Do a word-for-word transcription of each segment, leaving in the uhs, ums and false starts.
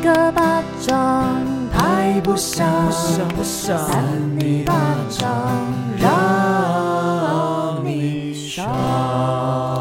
个巴掌拍不响，扇你巴掌让你伤。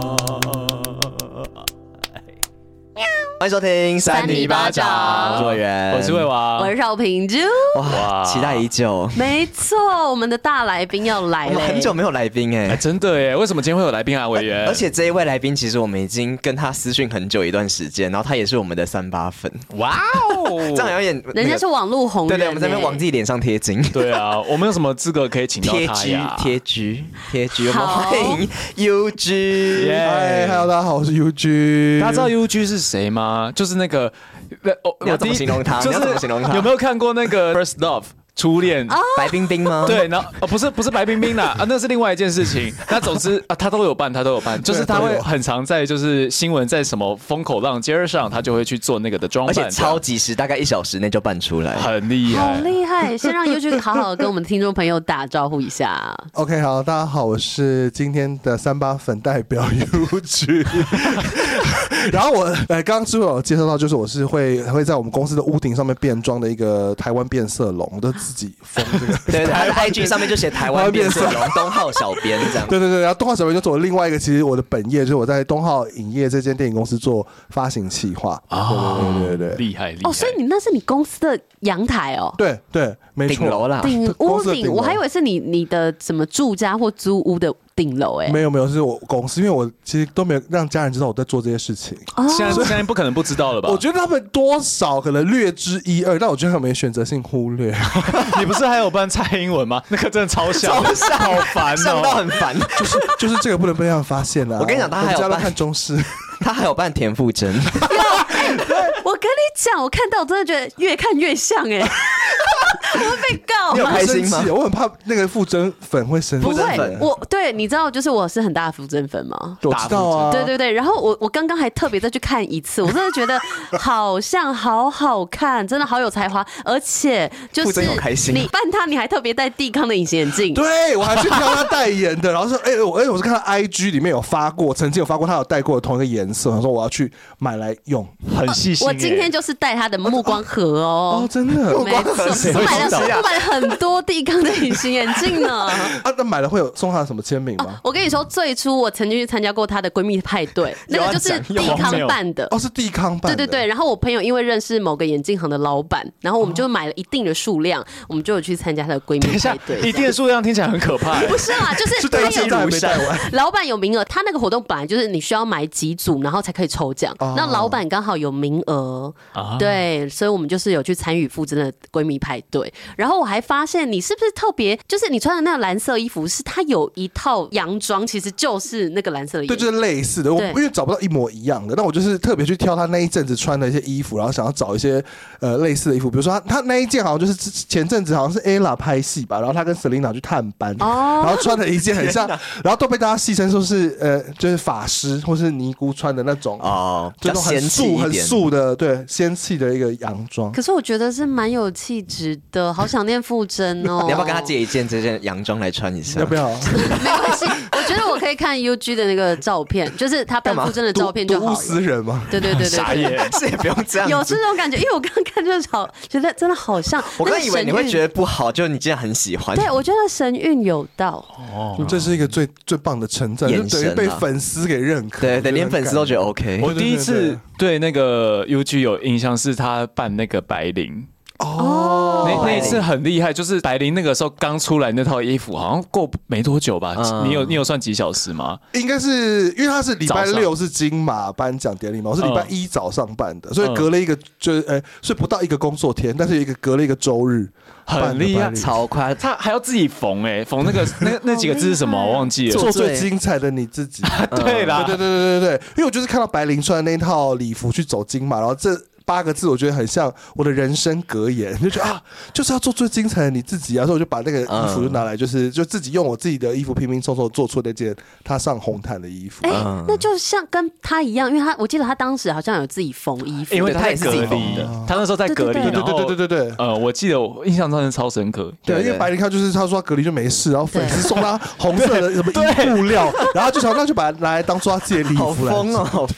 欢迎收听三尼巴掌， 我是委员， 我是魏娃， 我是邵平珠。 哇，期待已久。 没错，我们的大来宾要来了， 很久没有来宾哎、 欸，真的耶！为什么今天会有来宾啊，委员？ 而且这一位来宾，其实我们已经跟他私讯很久一段时间，然后他也是我们的三八粉。 哇哦， 这样有点、那個， 人家是网络红人、欸， 对对，我们在那边往自己脸上贴金。 对啊，我们有什么资格可以请到他呀？ 贴 G 贴 G， 我们欢迎 U G。 嗨 ，Hello， 大家好，我是 U G。 大家知道 U G 是谁吗？就是那个， 哦、你要怎么形容他？ 就是、 你要怎么形容他？ 有没有看过那个 First Love？初恋、 哦、 白冰冰吗？ 对，然后哦不是不是白冰冰啦啊，那是另外一件事情。那总之啊，他都有办，他都有办，就是他会很常在就是新闻在什么风口浪尖上，他就会去做那个的装扮， 而且超及时，大概一小时内就办出来， 很厉害， 好厉害！先让 U G 好好跟我们听众朋友打招呼一下。 OK， 好，大家好，我是今天的三八粉代表 U G。然后我呃刚刚之后有介绍到，就是我是会会在我们公司的屋顶上面变装的一个台湾变色龙，我都自己封这个。 对，他的 I G 上面就写台湾变色龙东浩小编这样。 对对对，然后东浩小编就做了另外一个，其实我的本业就是我在东浩影业这间电影公司做发行企划。 哦， 对对对对， 厉害厉害。 哦，所以你那是你公司的阳台哦？ 对对，没错， 顶楼啦， 顶屋顶，我还以为是你你的什么住家或租屋的顶楼哎。 没有没有，是我公司，因为我其实都没有让家人知道我在做这些事情。 哦、 现在现在不可能不知道了吧？ 我觉得他们多少可能略知一二，但我觉得他们也选择性忽略。 你不是还有办蔡英文吗？那个真的超像， 超像， 好烦哦， 像到很烦。 就是就是这个不能被他们发现啊！ 我跟你讲，他还有办看中视， 他还有办田馥甄。 我跟你讲，我看到我真的觉得越看越像哎、欸，我会被告。 你有开心吗？ 我很怕那个馥甄粉会生气。 不会，我对你知道，就是我是很大的馥甄粉吗？ 我知道啊。 对对对，然后我我刚刚还特别再去看一次，我真的觉得好像好好看，真的好有才华，而且就是你扮他，你还特别戴帝康的隐形眼镜。 对，我还去挑他代言的，然后说，哎、欸，我哎，我是看到 I G 里面有发过，曾经有发过他有戴过的同一个颜色，我说我要去买来用， 很细心、欸。 我今天就是戴他的目光盒哦， 哦，真的， 没错，我买了我买了很多帝康的隐形眼镜呢。 啊，那买了会有送他什么签名吗、 啊？我跟你说，最初我曾经去参加过他的闺蜜派对，那个就是帝康办的， 哦，是帝康办的， 对对对。然后我朋友因为认识某个眼镜行的老板，然后我们就买了一定的数量，我们就有去参加他的闺蜜派对。 一定的数量听起来很可怕、欸， 不是啦，就是他有没带完， 老板有名额，他那个活动本来就是你需要买几组，然后才可以抽奖。哦、那老板刚好有名额、啊，对，所以我们就是有去参与馥甄的闺蜜派对。然后我还发现你是不是特别，就是你穿的那个蓝色衣服，是它有一套洋装，其实就是那个蓝色的衣服， 对，就是类似的。我因为找不到一模一样的，那我就是特别去挑他那一阵子穿的一些衣服，然后想要找一些呃类似的衣服，比如说他他那一件好像就是前阵子好像是 Ella 拍戏吧，然后他跟 Selina 去探班，哦、然后穿了一件很像，然后都被大家戏称说是呃就是法师或是尼姑穿的那种哦， 就那种很素很素的对仙气的一个洋装。 可是我觉得是蛮有气质的，好想念馥甄哦。 你要不要跟他借一件这件洋装来穿一下？ 要不要？ 没关系，我觉得我可以看 U G 的那个照片，就是他扮馥甄的照片就好了。 睹物思人吗？ 对对对对， 傻眼， 是也不用这样。 有这种感觉，因为我刚刚看就是好，觉得真的好像。 我刚以为你会觉得不好，就你竟然很喜欢。 对，我觉得神韵有道。 哦，这是一个最最棒的称赞，就等于被粉丝给认可。 对对，连粉丝都觉得 OK。 我第一次对那个 U G 有印象是他扮那个白灵。哦，那那一次很厉害，就是白灵那个时候刚出来那套衣服，好像过没多久吧？嗯、你有你有算几小时吗？ 应该是因为他是礼拜六是金马颁奖典礼嘛，我是礼拜一早上办的，嗯、所以隔了一个就是呃，所以不到一个工作天，但是有一个隔了一个周日， 很厉害， 超快。 他还要自己缝哎、欸，缝那个那那几个字是什么？我忘记了。 做最精彩的你自己。 对啦， 对对对对对对，因为我就是看到白灵穿的那套礼服去走金马，然后这。八个字我觉得很像我的人生格言，就觉得啊，就是要做最精彩的你自己啊，所以我就把那个衣服就拿来，就是就自己用我自己的衣服拼拼凑凑做出那件他上红毯的衣服。 哎、欸，那就像跟他一样，因为他我记得他当时好像有自己缝衣服， 因为他也是自己缝的，他那时候在隔离， 对对对对对对， 呃，我记得我印象真的超深刻。 对，因为白灵他就是他说他隔离就没事，然后粉丝送他红色的什么布料，然后就想那就把它拿来当做他自己的礼服来。 好疯哦，好疯。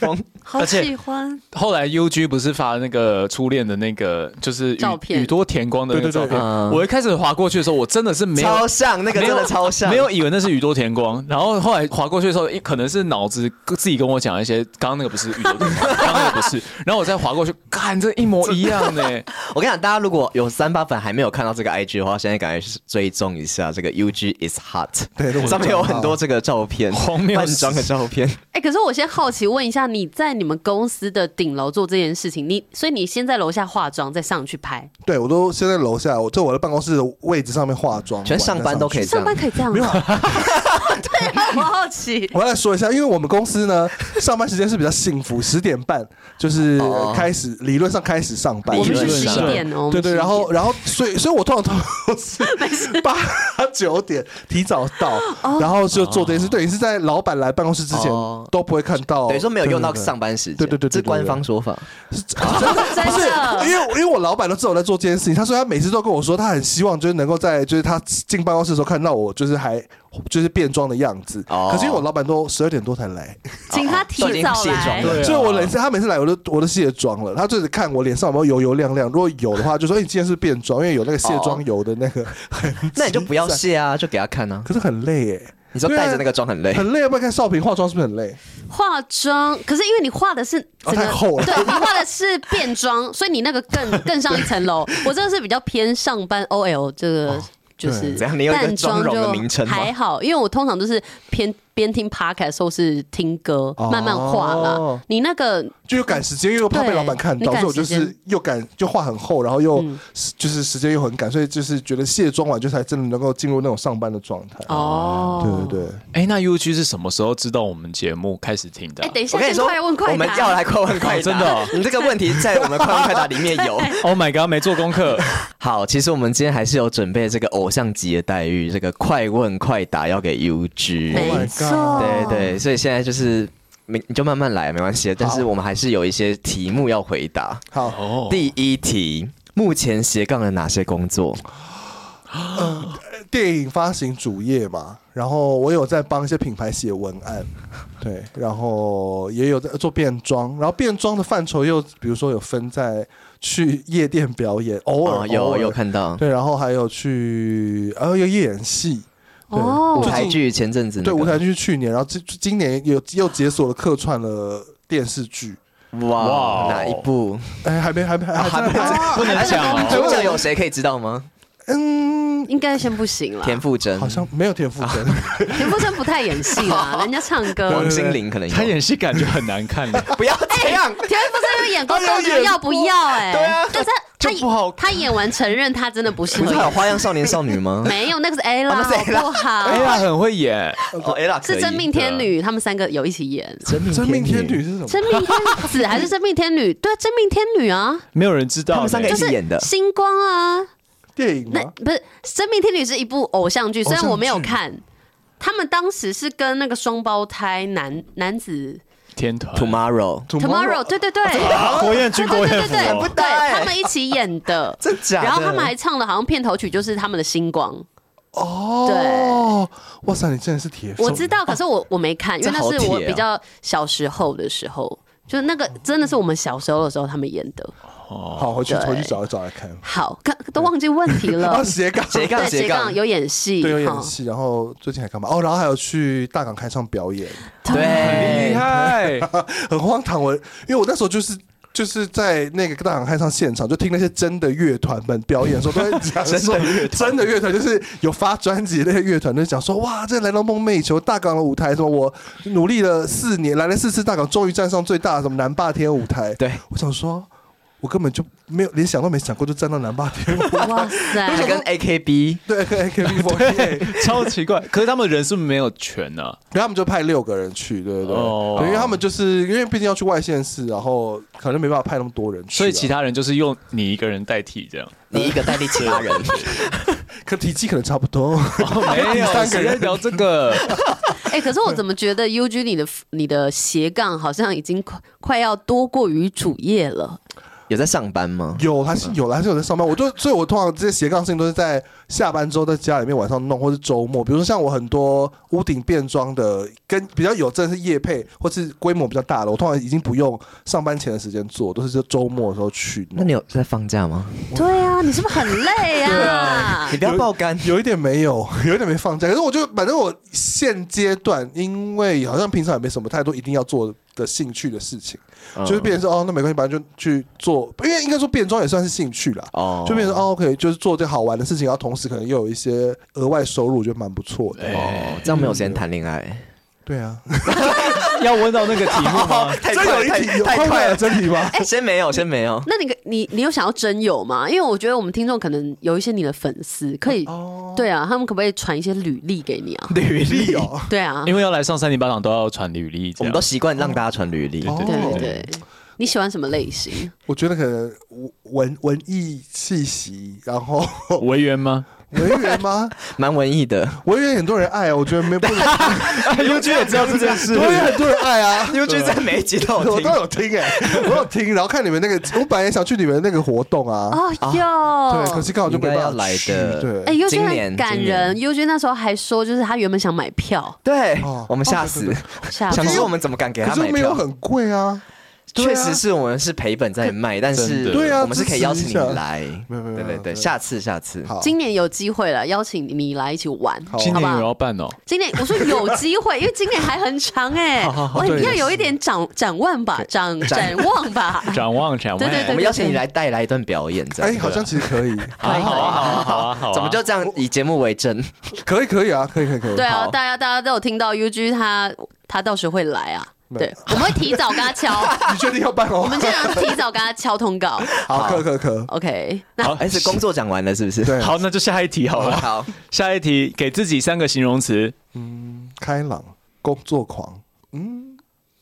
好喜欢。 后来 U G 不是发那个初恋的那个就是照片， 宇多田光的那个照片。 对对对嗯、 我一开始滑过去的时候，我真的是没有超像那个真的超像， 没有以为那是宇多田光。然后后来滑过去的时候，可能是脑子自己跟我讲一些，刚刚那个不是宇多田光，刚刚那个不是。然后我再滑过去，看这一模一样呢。 我跟你讲，大家如果有三八粉还没有看到这个 I G 的话，现在赶快追踪一下这个 U G is hot， 对， 上面有很多这个照片， 荒谬扮装的照片。 哎、欸，可是我先好奇问一下，你在你们公司的顶楼做这件事情，你所以你先在楼下化妆，再上去拍？ 对，我都先在楼下，我在我的办公室的位置上面化妆。 全上班都可以这样， 上班可以这样？没有、啊。对啊，我好奇。 我要来说一下，因为我们公司呢，上班时间是比较幸福，十点半就是开始，理论上开始上班。 我们是十一点哦。 对对，然后然后所以所以我通常都是八九点提早到，然后就做这件事。对，你是在老板来办公室之前都不会看到， 等于说没有用到上班时间。 对对对， 这是官方说法。 真的， 因为因为我老板都知道我在做这件事情，他说他每次都跟我说，他很希望就是能够在就是他进办公室的时候看到我，就是还就是变装的样子。可是因为我老板都十二点多才来， 请他提早来， 所以我每次他每次来我都我都卸妆了，他就是看我脸上有没有油油亮亮，如果有的话就说你今天是变装，因为有那个卸妆油的那个痕迹。 那你就不要卸啊，就给他看啊。 可是很累哎。 你说带着那个妆很累， 很累，要不要看少平化妆是不是很累？ 化妆，可是因为你画的是整个、 哦、太厚了， 对你画的是变装，所以你那个更更上一层楼。我这个是比较偏上班 O L 这个。哦就是淡妆就还好，因为我通常都是偏边听 podcast 或是听歌，哦、慢慢画啦。你那个就又赶时间，又怕被老板看到，所以我就是又赶就画很厚，然后又、嗯、就是时间又很赶，所以就是觉得卸妆完就才真的能够进入那种上班的状态。哦，对对对。 哎、欸，那 U G 是什么时候知道我们节目开始听的、啊？ 哎、欸，等一下，我跟你说，快问快答， 我们要来快问快答， 哦、真的、哦， 你这个问题在我们快问快答里面有。 Oh my god， 没做功课。 好，其实我们今天还是有准备这个偶像级的待遇，这个快问快答要给 U G。 没错， 对对。所以现在就是你就慢慢来，没关系。但是我们还是有一些题目要回答。 好， 第一题，目前斜杠了哪些工作？ 呃，电影发行主页嘛，然后我有在帮一些品牌写文案，对，然后也有在做变装，然后变装的范畴又比如说有分在去夜店表演，偶尔、哦、 有偶尔有看到， 对，然后还有去，然后有演戏。对， 哦， 舞台剧前阵子、那个、对舞台剧去年，然后今年有又解锁了客串了电视剧。 哇，哪一部？ 哎，还没还没还还没不能讲哦。 主角有谁可以知道吗？ 嗯， 应该先不行了。 田馥甄好像没有田馥甄， 田馥甄不太演戏啦，人家唱歌。 王心凌可能有， 他演戏感觉很难看的。 不要这样， 田馥甄有演过《斗牛要不要》哎， 对啊， 但是他不好，他演完承认他真的不适合。 不是还有《花样少年少女》吗？ 没有，那个是 Ella， 好不好 ？Ella 很会演， 哦 ，Ella 是真命天女，他们三个有一起演。 真命天女是什么？ 真命天子还是真命天女？对，真命天女啊， 没有人知道， 他们三个一起演的。 星光啊。 电影吗？ 不是《真命天女》是一部偶像剧，虽然我没有看。他们当时是跟那个双胞胎男男子天团 Tomorrow Tomorrow 对对对， 郭彦均郭彦甫对对对，他们一起演的， 真假的？ 然后他们还唱了，好像片头曲就是他们的星光。 哦， 对， 哇塞，你真的是铁粉！ 我知道，可是我我没看，因为那是我比较小时候的时候，就是那个真的是我们小时候的时候他们演的。 好，回去回去找一找来看。 好，都忘记问题了。 斜杠斜杠斜杠有演戏， 对，有演戏。然后最近还干嘛？哦，然后还有去大港开唱表演， 对， 很厉害， 很荒唐。我因为我那时候就是就是在那个大港开唱现场，就听那些真的乐团们表演的时候，都会讲说真的乐团就是有发专辑的那些乐团，就讲说哇，这来到梦寐以求大港的舞台，什么我努力了四年，来了四次大港，终于站上最大的什么南霸天舞台。 对， 我想说。我根本就没有连想都没想过就站到南霸天， 哇塞！ 跟 A K B 对，跟 A K B 对， 超奇怪。可是他们人是不是没有全呢、啊？ 然后他们就派六个人去，对对对，哦、对因为他们就是因为毕竟要去外县市，然后可能没办法派那么多人去、啊， 所以其他人就是用你一个人代替这样， 你一个代替其他人， 可体积可能差不多。 哦、没有三个人聊这个。 哎、欸，可是我怎么觉得 U G 你的你的斜杠好像已经快快要多过于主业了？ 有在上班吗？ 有还是有，还是有在上班。我就所以，我通常这些斜杠事情都是在下班之后在家里面晚上弄，或是周末。比如说像我很多屋顶变装的，跟比较有真的是业配，或是规模比较大的，我通常已经不用上班前的时间做，都是就周末的时候去。 那你有在放假吗？ 对啊，你是不是很累啊？ 对啊，你不要爆肝。 有一点没有，有一点没放假。可是我就反正我现阶段，因为好像平常也没什么太多一定要做的兴趣的事情。嗯、就是变成说哦，那没关系，反正就去做，因为应该说变装也算是兴趣啦。哦，就变成说哦 ，OK， 就是做这好玩的事情，然后同时可能又有一些额外收入，我觉得蛮不错的。 哦，这样没有时间谈恋爱。 对啊， 要问到那个题目吗？ 太快了，太快了，真题吗？ 哎，先没有，先没有。 那你你你有想要真有吗？因为我觉得我们听众可能有一些你的粉丝，可以，哦、对啊，他们可不可以传一些履历给你啊？ 履历哦， 对啊， 因为要来上三零八场都要传履历， 我们都习惯让大家传履历。 对对对。你喜欢什么类型？ 我觉得可能文文艺气息，然后文员吗？ 文员吗？ 蛮文艺的， 文员很多人爱啊，我觉得没不能。 U G 也知道这件事， 文员很多人爱啊。 U G 在每一集都有听， 我都有听哎，我有听，然后看你们那个，我本来也想去你们那个活动啊。 哦哟， 对，可惜刚好就没办法来的。 对， 哎 ，U G 很感人 ，U G 那时候还说，就是他原本想买票， 对，我们吓死， 吓想说我们怎么敢给他买票？ 可是没有很贵啊。 确实是我们是赔本在卖，但是对啊， 我们是可以邀请你来。 对对对，下次下次， 今年有机会了，邀请你来一起玩， 今年有要办哦。 今年我说有机会，因为今年还很长哎，我要有一点展展望吧，展展望吧， 展望展望。 对对对， 我们邀请你来带来一段表演，这样。 哎，好像其实可以。 好啊好啊好啊好啊！ 怎么就这样以节目为证？ 可以可以啊，可以可以可以。 对啊，大家大家都有听到 U G 他他到时会来啊。对，我们会提早跟他敲。 你确定要办哦？ 我们经常提早跟他敲通告。 好，可可可。 OK， 好，还是工作讲完了是不是？ 对。 好，那就下一题好了。 好， 下一题，给自己三个形容词。 嗯，开朗，工作狂。嗯。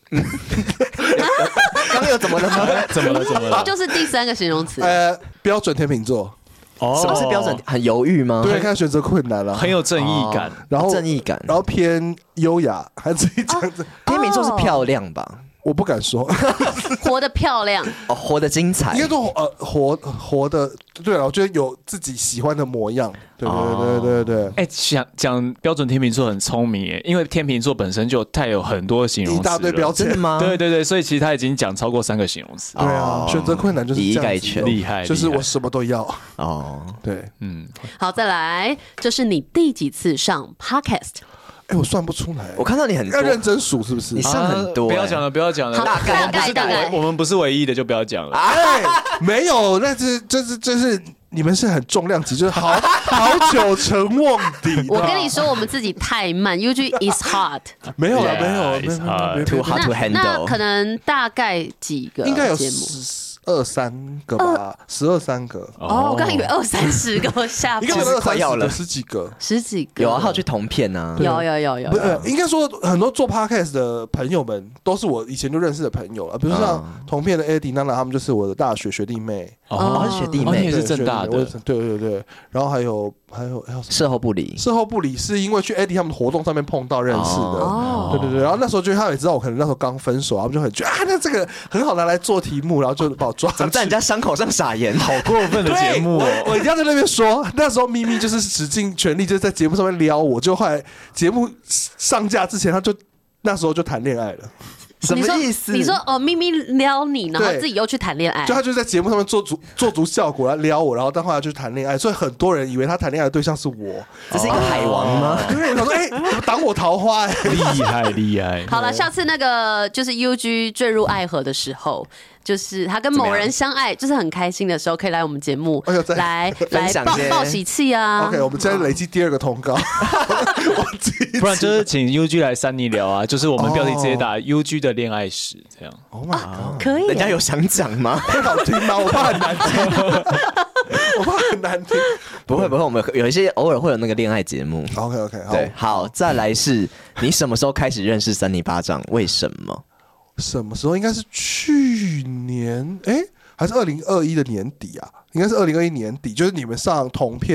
刚刚有怎么了吗？ 怎么了？怎么了？ 就是第三个形容词。 呃，标准天秤座。 哦，什么是标准？很犹豫吗？ 对，看选择困难了， 很有正义感， 然后正义感， 然后偏优雅，还自己这样子。 天秤座是漂亮吧？ 我不敢说， 活得漂亮哦，活得精彩， 应该说呃活活的，对了，我觉得有自己喜欢的模样，对对对对对。 哎、欸，讲讲标准天秤座很聪明耶，因为天秤座本身就太有很多形容词， 一大堆标签吗？ 对对对，所以其实他已经讲超过三个形容词。 对啊，选择困难就是以一概全， 厉害， 就是我什么都要哦。 对， 嗯， 好，再来，这是你第几次上 Podcast？ 哎、欸，我算不出来。 我看到你很多要认真数，是不是？ 你上很多、欸啊， 不要讲了，不要讲了。 大概大概大概， 我们不是唯一的，就不要讲了。 哎，没有，那是这是这是你们是很重量级，就是好好久成瓮底。 我跟你说，我们自己太慢 ，U G is hard。 没有了，没有，没有， 没有 ，too hard to handle。 那可能大概几个？ 应该有节目。 二三个吧，十二三个。 哦，我刚以为二三十个，我吓死。应该有快要了， 十几个， 十几个。 有啊，还有去同片啊， 有有有有。 不是，应该说很多做 podcast 的朋友们都是我以前就认识的朋友了，比如像同片的 Eddie、娜娜，他们就是我的大学学弟妹。 哦，是学弟妹， 也是正大的。 对对对，然后还有还有还有事后不理， 事后不理是因为去 Eddie 他们的活动上面碰到认识的。哦，对对对，然后那时候就他也知道我可能那时候刚分手，他们就很觉得啊，那这个很好拿来做题目，然后就把我抓。 怎么在人家伤口上撒盐？ 好过分的节目哦！ 我一定要在那边说，那时候咪咪就是使尽全力，就是在节目上面撩我，就后来节目上架之前，他就那时候就谈恋爱了。 什么意思？ 你说哦，咪咪撩你，然后自己又去谈恋爱， 就他就在节目上面做足做足效果，然后撩我，然后但后来就谈恋爱，所以很多人以为他谈恋爱的对象是我。 这是一个海王吗？ 对，我说哎，怎么挡我桃花？ 厉害厉害！ 好了，下次那个就是 U G 坠入爱河的时候。就是他跟某人相爱，就是很开心的时候，可以来我们节目来来报报喜气啊。 OK， 我们现在累积第二个通告， 不然就是请 U G 来三尼聊啊，就是我们标题直接打 U G 的恋爱史这样。 Oh my god， 可以。 人家有想讲吗？ 会好听吗？我怕很难听，我怕很难听。 不会不会，我们有一些偶尔会有那个恋爱节目。 OK OK， 好， 对，好，再来是你什么时候开始认识三尼巴掌？为什么？ 什么时候？应该是去年，哎、欸，还是二零二一的年底啊？应该是二零二一年底，就是你们上同片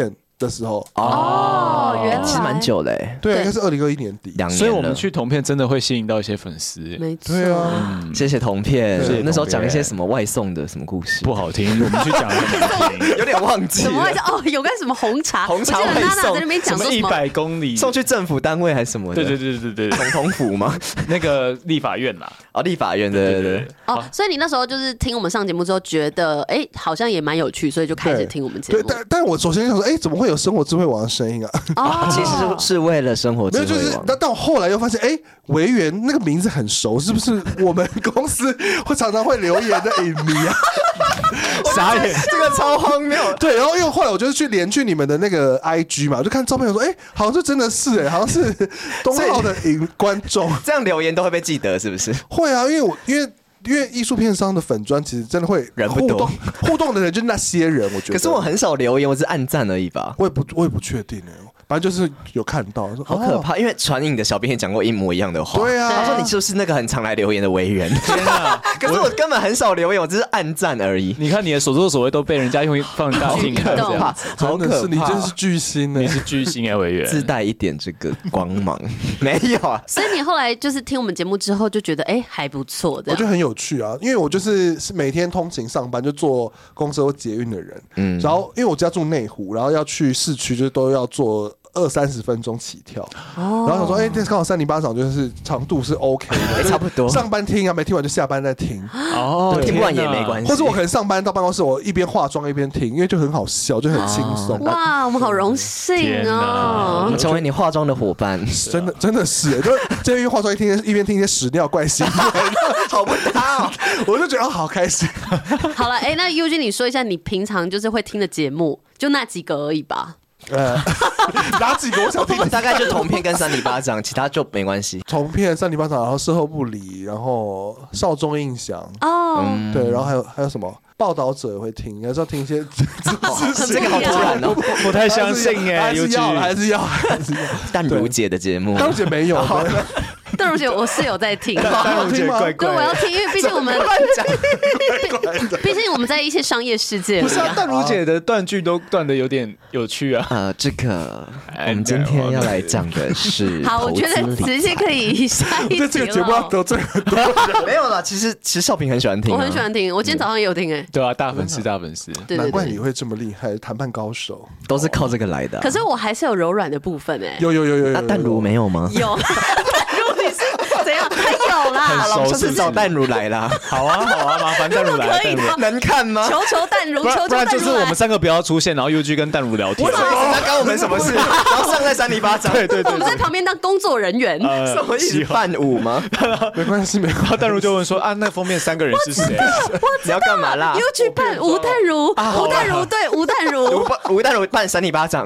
的时候哦，原来其实蛮久嘞， 对，应该是二零二一年底， 两年了。 所以我们去同片真的会吸引到一些粉丝， 没错。 对啊， 谢谢同片谢谢同片， 那时候讲一些什么外送的什么故事， 不好听，我们去讲很难听。 有点忘记怎么会了， 哦？有个什么红茶， 红茶我记得外娜娜送在那边讲什么一说什么百公里送去政府单位还是什么的？ 对对对对对对， 总统府吗？ 那个立法院啦， 哦，立法院，对对对。 哦，所以你那时候就是听我们上节目之后，觉得哎，好像也蛮有趣，所以就开始听我们节目。 对，但但我首先想说，哎，怎么会有生活智慧网的声音啊？ 哦， 其实是为了生活智没有，就是慧网。 但但我后来又发现，哎，维园那个名字很熟，是不是我们公司会常常会留言的影迷啊？ 傻眼， 这个超荒谬。 对，然后因为后来我就是去连去你们的那个 I G 嘛，我就看照片，我说，哎，好像就真的是，哎，好像是东浩的影观众。 这样留言都会被记得，是不是？ 会啊，因为我因为。因为艺术片商的粉专其实真的会人不多互动，互动的人就那些人，我觉得。 可是我很少留言，我只是按赞而已吧。 我也不，我也不确定哎，反正就是有看到， 好可怕。因为传影的小编也讲过一模一样的话。 对啊， 他说你就是那个很常来留言的维园。 天啊！ 可是我根本很少留言，我只是按赞而已。 你看你的所作所为都被人家用放大镜看，这样子， 好可怕！ 是你真是巨星呢， 你是巨星哎，维园自带一点这个光芒，没有啊。 所以你后来就是听我们节目之后，就觉得哎还不错， 我觉得很有趣啊，因为我就是是每天通勤上班就坐公车或捷运的人，嗯，然后因为我家住内湖，然后要去市区就都要坐二三十分钟起跳，哦，然后想说，哎，这刚好三零八场就是长度是 OK 的， 差不多。 上班听啊，没听完就下班再听， 哦，听不完也没关系。 或者我可能上班到办公室，我一边化妆一边听，因为就很好笑，就很轻松。 哇，我们好荣幸哦， 我们成为你化妆的伙伴， 真的真的是，就这边化妆一听一边听一些屎尿怪新闻， 好不搭哦， 我就觉得好开心。 好了，哎，那 U G 你说一下你平常就是会听的节目，就那几个而已吧。 呃，哪几个我想听？ 大概就同片跟三里巴掌，其他就没关系。 同片、三里巴掌，然后事后不理，然后少中印象哦， 对，然后还有还有什么？报道者会听，还是要听一些知识？ 这个好突然哦， 不太相信哎， 还是要还是要还是要。 淡如姐的节目， 淡如姐没有。 淡如姐，我是有在听， 淡如姐怪怪， 对，我要听，因为毕竟我们乱讲， 毕竟我们在一些商业世界里。 不是啊，淡如姐的断句都断的有点有趣啊。 呃，这个我们今天要来讲的是， 好，我觉得直接可以下一集了。 这个节目要得罪很多人。 没有啦，其实其实少平很喜欢听， 我很喜欢听，我今天早上也有听哎。 对啊，大粉丝大粉丝， 难怪你会这么厉害，谈判高手都是靠这个来的。 可是我还是有柔软的部分哎。 有有有有有。 那淡如没有吗？ 有。你是怎样？还有啦， 好了，我们是找淡如来啦。 好啊，好啊，麻烦淡如来。 可以的， 能看吗？ 求求淡如，求求淡如。 不然就是我们三个不要出现，然后 U G 跟淡如聊天。 为什么那干我们什么事？然后上在三里巴掌。 对对对， 我们在旁边当工作人员。 什么意思？伴舞吗？ 没关系，没关系。 淡如就问说啊，那封面三个人是谁？ 你要干嘛啦 ？U G 扮吴淡如，吴淡如对吴淡如， 吴淡如扮三里巴掌。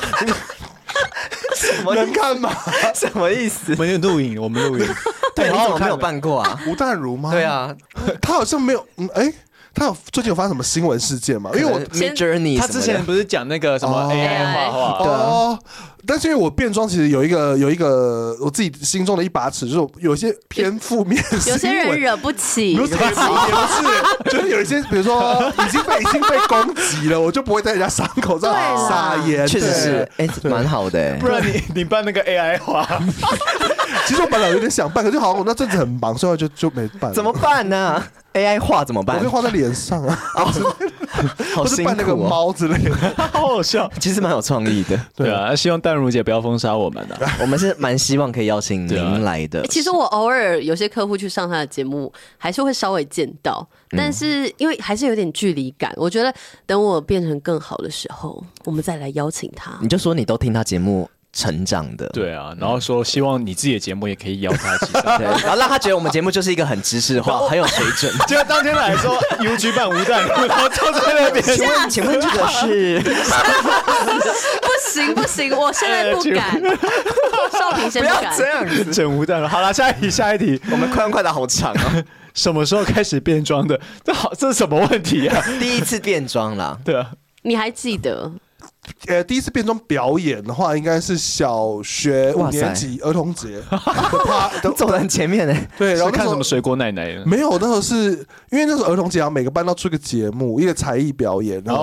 能看吗？ 什么意思？ 我们有录影，我们录影。 对，你怎么没有办过啊？ 吴淡如吗？ 对啊， 他好像没有。嗯，哎，他有最近有发生什么新闻事件吗？因为我 Midjourney， 他之前不是讲那个什么 A I 画画？ 哦。但是因为我变装其实有一个有一个我自己心中的一把尺，就是有些偏负面， 有些人惹不起， 不是，也不是，就是有一些，比如说已经被已经被攻击了，我就不会在人家伤口上撒盐。 确实是，哎，蛮好的。 不然你你办那个 A I 画， 其实我本来有点想办，可是好像我那阵子很忙，所以就就没办。 怎么办呢 ？A I 画怎么办？ 我就画在脸上啊， 好辛苦哦， 扮那个猫之类的， 好好笑。 其实蛮有创意的， 对啊，希望淡如姐不要封杀我们啊。 我们是蛮希望可以邀请您来的。 其实我偶尔有些客户去上他的节目，还是会稍微见到，但是因为还是有点距离感，我觉得等我变成更好的时候，我们再来邀请他。 你就说你都听他节目成长的， 对啊，然后说希望你自己的节目也可以邀他一起上， 对，然后让他觉得我们节目就是一个很知识化、很有水准。 结果当天来说 U G 扮吴淡如，然后坐在那边， 请问，请问这个是？ 不行不行，我现在不敢。少平先不敢， 不要这样子整吴淡如。好了，下一题，下一题， 我们快问快答好长哦。 什么时候开始变装的？这好，这是什么问题啊？ 第一次变装啦， 对啊， 你还记得？ 呃，第一次变装表演的话，应该是小学五年级儿童节， 走在很前面呢。 对，然后看什么水果奶奶？ 没有，那时候是因为那时候儿童节啊，每个班都出个节目，一个才艺表演，然后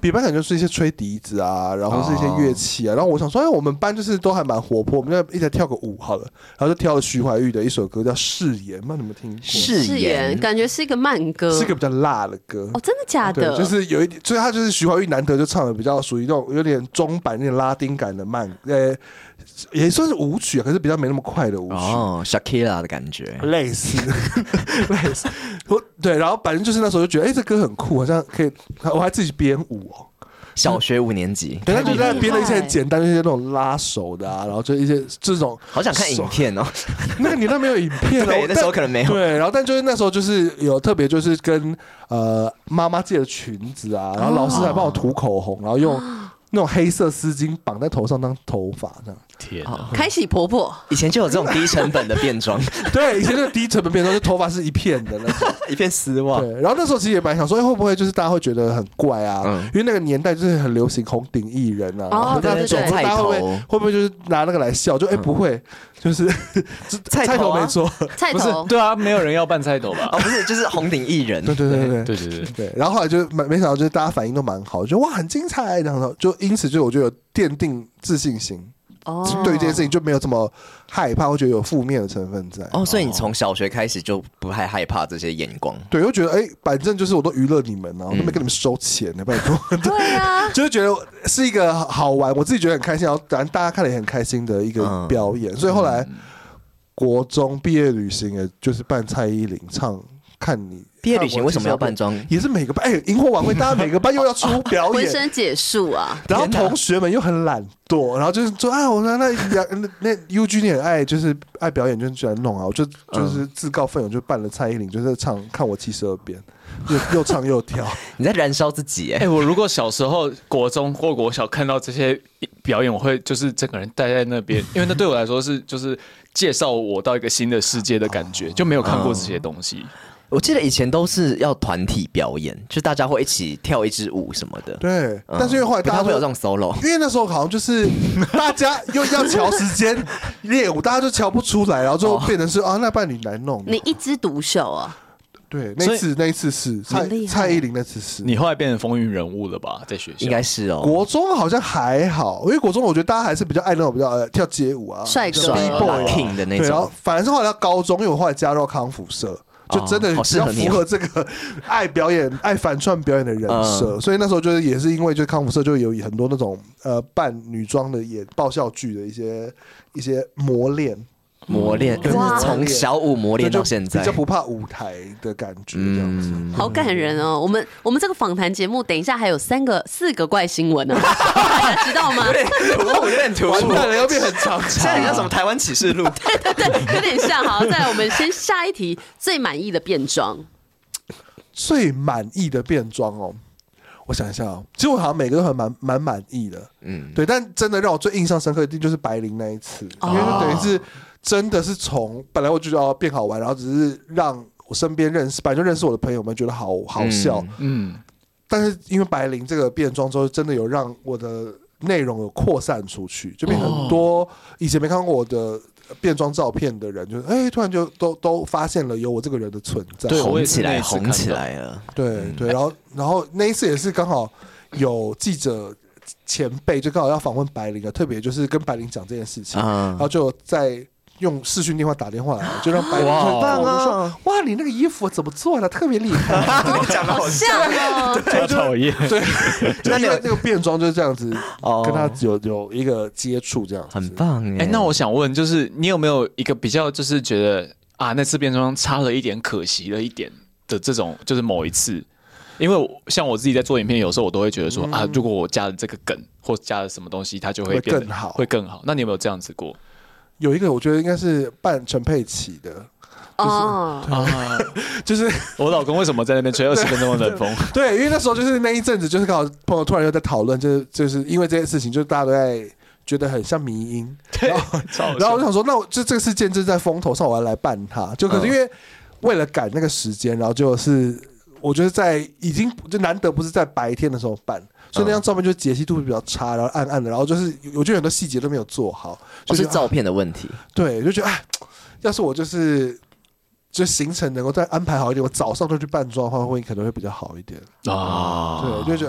别班可能就是一些吹笛子啊，然后是一些乐器啊。然后我想说，哎，我们班就是都还蛮活泼，我们就一起跳个舞好了。然后就跳了徐怀钰的一首歌叫《誓言》，不知道你们听过？ 誓言感觉是一个慢歌， 是一个比较辣的歌。 哦，真的假的？ 就是有一点，所以他就是徐怀钰难得就唱的比较属于那种有点中版、有点拉丁感的慢，呃，也算是舞曲啊，可是比较没那么快的舞曲。 哦 ，Shakira 的感觉， 类似，类似。对，然后反正就是那时候就觉得，哎、欸，这歌很酷，好像可以，我还自己编舞哦。 小学五年级， 对，他就在编了一些很简单的一些那种拉手的啊，然后就一些这种， 好想看影片哦。 那个年代没有影片哦， 对，那时候可能没有。 对，然后但就是那时候就是有特别就是跟呃妈妈借的裙子啊，然后老师还帮我涂口红，然后用那种黑色丝巾绑在头上当头发这样。 天啊！ 开喜婆婆以前就有这种低成本的变装， 对，以前那个低成本变装，就头发是一片的那种， 一片丝袜。 对，然后那时候其实也蛮想说，哎、欸，会不会就是大家会觉得很怪啊？嗯、因为那个年代就是很流行红顶艺人啊， 哦，对对对， 大家会不会会不会就是拿那个来笑？就哎、欸、不会，就是菜头、啊、没错， 菜头对啊，没有人要扮菜头吧？ 哦，不是，就是红顶艺人。 对对对对对对对对。然后后来就没没想到，就是大家反应都蛮好，就哇很精彩，然后就因此就我就有奠定自信心。哦，对于这件事情就没有这么害怕，会觉得有负面的成分在。 哦，所以你从小学开始就不太害怕这些眼光。 对，又觉得哎，反正就是我都娱乐你们啊，我都没跟你们收钱呢，拜托。 对啊， 就是觉得是一个好玩，我自己觉得很开心，然后当然大家看了也很开心的一个表演。所以后来国中毕业旅行，也就是扮蔡依林唱。看你毕业旅行为什么要扮装？ 也是每个班哎，萤火晚会大家每个班又要出表演， 浑身解数啊。 然后同学们又很懒惰，然后就是说啊，我说那那那 U G 你很爱就是爱表演，就喜欢弄啊，我就就是自告奋勇就扮了蔡依林，就是唱看我七十二变，又又唱又跳。 你在燃烧自己哎、欸！ 哎、欸，我如果小时候国中或国小看到这些表演，我会就是整个人待在那边，因为那对我来说是就是介绍我到一个新的世界的感觉，就没有看过这些东西。 我记得以前都是要团体表演，就大家会一起跳一支舞什么的。 对，嗯、但是因为后来大家会有这种 solo， 因为那时候好像就是大家又要调时间练舞，大家就调不出来，然后就变成是、哦、啊，那伴侣来弄。 你一枝独秀啊？ 对，那次那一次是蔡蔡依林那次是。 你后来变成风云人物了吧？在学校应该是哦。 国中好像还好，因为国中我觉得大家还是比较爱那种比较、呃、跳街舞啊， 帅哥、 B boy King 的那种。 对，然后反而是后来到高中，因为我后来加入康复社。就真的比较符合这个爱表演、爱反串表演的人设，所以那时候就是也是因为就是康复社就有很多那种呃扮女装的演爆笑剧的一些一些磨练。 磨练，就是从小舞磨练到现在， 比较不怕舞台的感觉，这样子、嗯， 好感人哦。我们我们这个访谈节目，等一下还有三个、四个怪新闻呢、啊，大家知道吗？ 有点突兀，有点突兀， 完蛋了，要变很长。 现在很像什么台湾启示录？ 对对对，有点像。好，再来我们先下一题，最满意的变装， 最满意的变装哦。我想一下哦，其实我好像每个都很蛮蛮满意的，嗯，对。但真的让我最印象深刻，一定就是白灵那一次，哦、因为就等于是。真的是从本来我就要变好玩，然后只是让我身边认识，本来就认识我的朋友们觉得好好笑，嗯，嗯但是因为白灵这个变装之后，真的有让我的内容有扩散出去，就变很多以前没看过我的变装照片的人，就哎、欸、突然就都都发现了有我这个人的存在， 对，红起来，红起来了， 对对，然后然后那一次也是刚好有记者。前辈就刚好要访问白灵啊，特别就是跟白灵讲这件事情，嗯、然后就在用视讯电话打电话来，就让白灵很棒啊，说哇，你那个衣服怎么做的，特别厉害， 讲的好像哦， 对，讨厌， 对，就因为那个变装就是这样子，跟他有有一个接触，这样子很棒哎、 欸。那我想问，就是你有没有一个比较，就是觉得啊，那次变装差了一点，可惜了一点的这种，就是某一次。因为像我自己在做影片，有时候我都会觉得说、嗯、啊，如果我加了这个梗或加了什么东西，它就会变得会更好， 会更好。那你有没有这样子过？ 有一个我觉得应该是扮陈佩琪的。哦、就是啊，就是我老公为什么在那边吹二十分钟的冷风？ 对，因为那时候就是那一阵子，就是刚好朋友突然又在讨论，就是就是因为这件事情，就大家都在觉得很像迷因，然后然后我想说，那我就这个事件就是在风头上，我要来办它。就可是因为为了赶那个时间，然后就是。我觉得在已经就难得不是在白天的时候办，所以那张照片就解析度比较差，然后暗暗的，然后就是我觉得很多细节都没有做好， 就是照片的问题。 啊、对，就觉得哎，要是我就是就行程能够再安排好一点，我早上就去扮妆的话，会可能会比较好一点啊。对，就觉得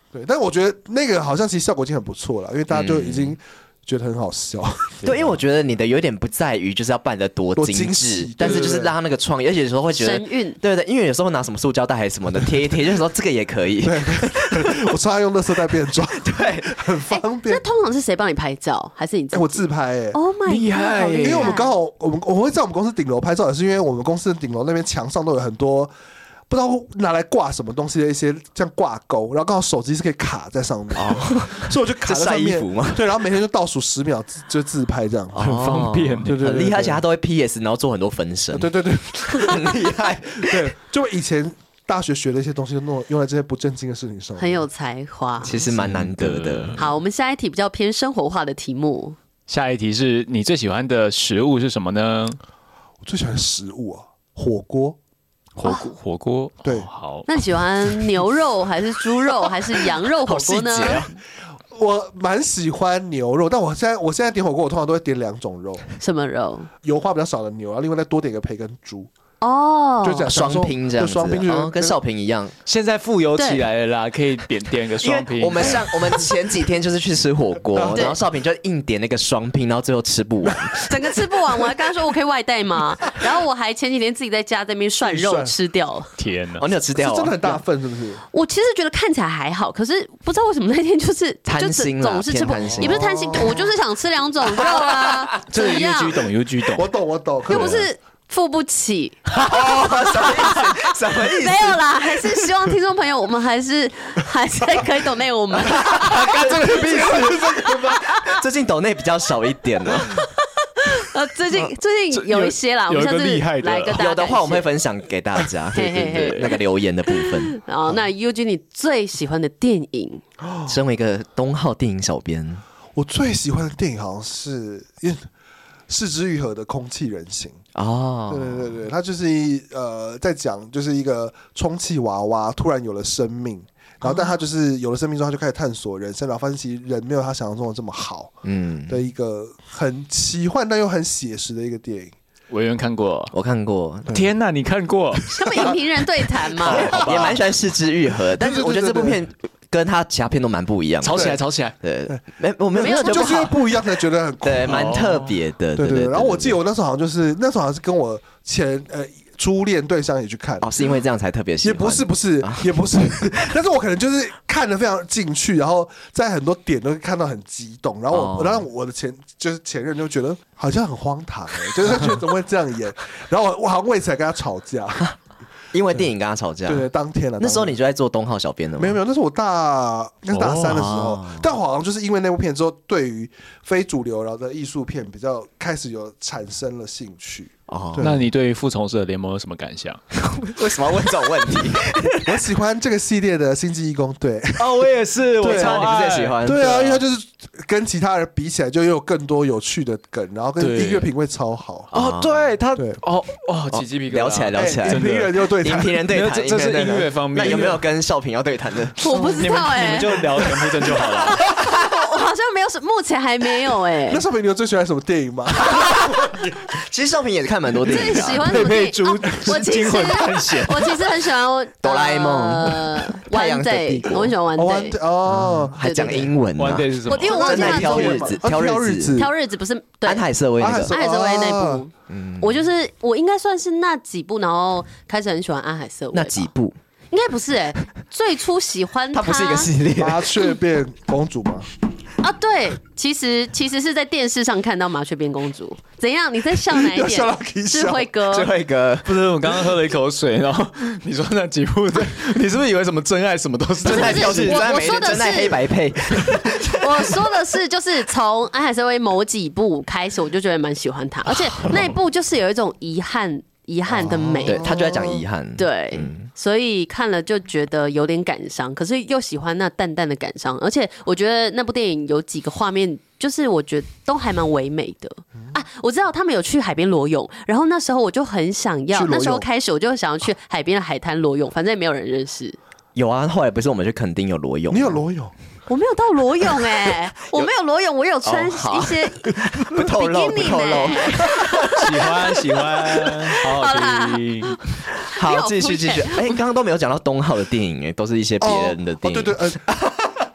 对，但我觉得那个好像其实效果已经很不错了，因为大家就已经觉得很好笑。 对，因为我觉得你的有点不在于就是要扮得多精致，但是就是让他那个创意，而且有时候会觉得神韵， 对对，因为有时候拿什么塑胶袋还是什么的贴一贴，就是说这个也可以。 对，我超爱用垃圾袋变装， 对， 很方便。 那通常是谁帮你拍照，还是你自己？ 欸、我自拍哎、欸、 ，Oh my god， 厉害！ 因为我们刚好我们我们会在我们公司顶楼拍照，也是因为我们公司的顶楼那边墙上都有很多。不知道拿来挂什么东西的一些这样挂钩，然后刚好手机是可以卡在上面，哦、所以我就卡在上面。 晒衣服吗？ 对，然后每天就倒数十秒就自拍这样， 很方便， 对对， 很厉害，而且他都会 P S， 然后做很多分身， 对对对， 很厉害。 对，就以前大学学的一些东西，弄用在这些不正经的事情上， 很有才华， 其实蛮难得的。 好，我们下一题比较偏生活化的题目。 下一题是你最喜欢的食物是什么呢？ 我最喜欢食物啊，火锅。 火锅，火锅， 对、 哦，好。 那你喜欢牛肉还是猪肉还是羊肉火锅呢？ 啊、 我蛮喜欢牛肉，但我现在我现在点火锅，我通常都会点两种肉。 什么肉？ 油花比较少的牛，然后另外再多点一个培根猪。 哦， 就讲双拼这样子， 双拼、 哦、跟少平一样。 现在富有起来了啦，可以点点一个双拼。 我们上我们前几天就是去吃火锅，然后少平就硬点那个双拼，然后最后吃不完， 整个吃不完。我还跟他说我可以外带吗？然后我还前几天自己在家在那边涮肉吃掉了。 天哪！ 哦，你有吃掉、啊？ 真的很大份，是不是？ 我其实觉得看起来还好，可是不知道为什么那天就是贪心总是吃不，也不是贪心，我就是想吃两种肉啊。 这个 U G 懂 U G 懂， 我懂我懂， 又不是。付不起， 哦、什么意思？什么意思？ 没有啦，还是希望听众朋友，我们还是还是可以抖内我们。 刚这个意思，最近抖内比较少一点了。 呃，最近最近有一些啦，我们下次来跟大家有的话，我们会分享给大家。对对对，那个留言的部分。 然后，那 U G 你最喜欢的电影？ 身为一个东浩电影小编， 我最喜欢的电影好像是因为。是枝裕和的《空气人形》 哦， 对对对对，他就是一呃在讲就是一个充气娃娃突然有了生命，然后但他就是有了生命之后，他就开始探索人生，然后发现其实人没有他想象中的这么好，嗯，的一个很奇幻但又很写实的一个电影。 委员看过， 我看过。 天哪，你看过？ 他们影评人对谈嘛， 也蛮喜欢是枝裕和，但是我觉得这部片。跟他其他片都蛮不一样的， 吵起来，吵起来， 对，没我没有就是因为不一样才觉得很酷， 对，蛮特别的， 对对。然后我记得我那时候好像就是那时候好像是跟我前呃初恋对象也去看， 哦，是因为这样才特别喜欢， 也不是不是也不是，但是我可能就是看得非常进去，然后在很多点都看到很激动，然后我然后我的前就是前任就觉得好像很荒唐哎，就是觉得怎么会这样演，然后我我好像为此还跟他吵架。 因为电影跟他吵架， 对对，当天了。 那时候你就在做东浩小编的吗？ 没有没有，那是我大，那是大三的时候。哦、但我好像就是因为那部片之后，对于非主流然后的艺术片比较开始有产生了兴趣。 哦，那你对于复仇者联盟有什么感想？ 为什么要问这种问题？ 我喜欢这个系列的星际义工队。 哦，我也是，我超你不是也喜欢？ 对啊，因为他就是跟其他人比起来，就有更多有趣的梗，然后跟音乐品味超好。 哦，对他， 对哦哦，起鸡皮疙瘩， 聊起来，聊起来。 影评人就对谈， 影评人对谈， 这是音乐方面。 那有没有跟少平要对谈的？ 我不知道哎， 你们就聊田馥甄就好了。 我好像没有，目前还没有哎。 那少平，你有最喜欢什么电影吗？ 其实少平也看蛮多电影的。 喜欢什么电影？我其实我其实很喜欢哆啦 A 梦、 太阳的帝国，我很喜欢 One Day 哦， 还讲英文。 One Day 是什么？ 因为我忘记他挑日子，挑日子， 挑日子不是安海瑟薇那个安海瑟薇那部。我就是我应该算是那几部，然后开始很喜欢安海瑟薇。 那几部？ 应该不是哎，最初喜欢他不是一个系列， 麻雀变公主吗？ 啊，对，其实其实是在电视上看到麻雀变公主。怎样？你在笑哪一点？智慧哥， 智慧哥， 不是我刚刚喝了一口水，然后你说那几部，你是不是以为什么真爱什么都是真爱标志？ 我说的是真爱黑白配。 我说的是，就是从安海瑟薇某几部开始，我就觉得蛮喜欢他，而且那一部就是有一种遗憾。遗憾的美， 对他就在讲遗憾， 对，嗯、所以看了就觉得有点感伤，可是又喜欢那淡淡的感伤，而且我觉得那部电影有几个画面，就是我觉得都还蛮唯美的、嗯、啊。我知道他们有去海边裸泳，然后那时候我就很想要，那时候开始我就想要去海边的海滩裸泳，反正也没有人认识。 有啊，后来不是我们去垦丁有裸泳， 你有裸泳？ 我没有到裸泳哎、欸，我没有裸泳，我有穿一些不透露不透露， 喜欢喜欢，好好听， 好继续继续。哎，刚刚都没有讲到东浩的电影哎，都是一些别人的电影。 哦，对对，呃，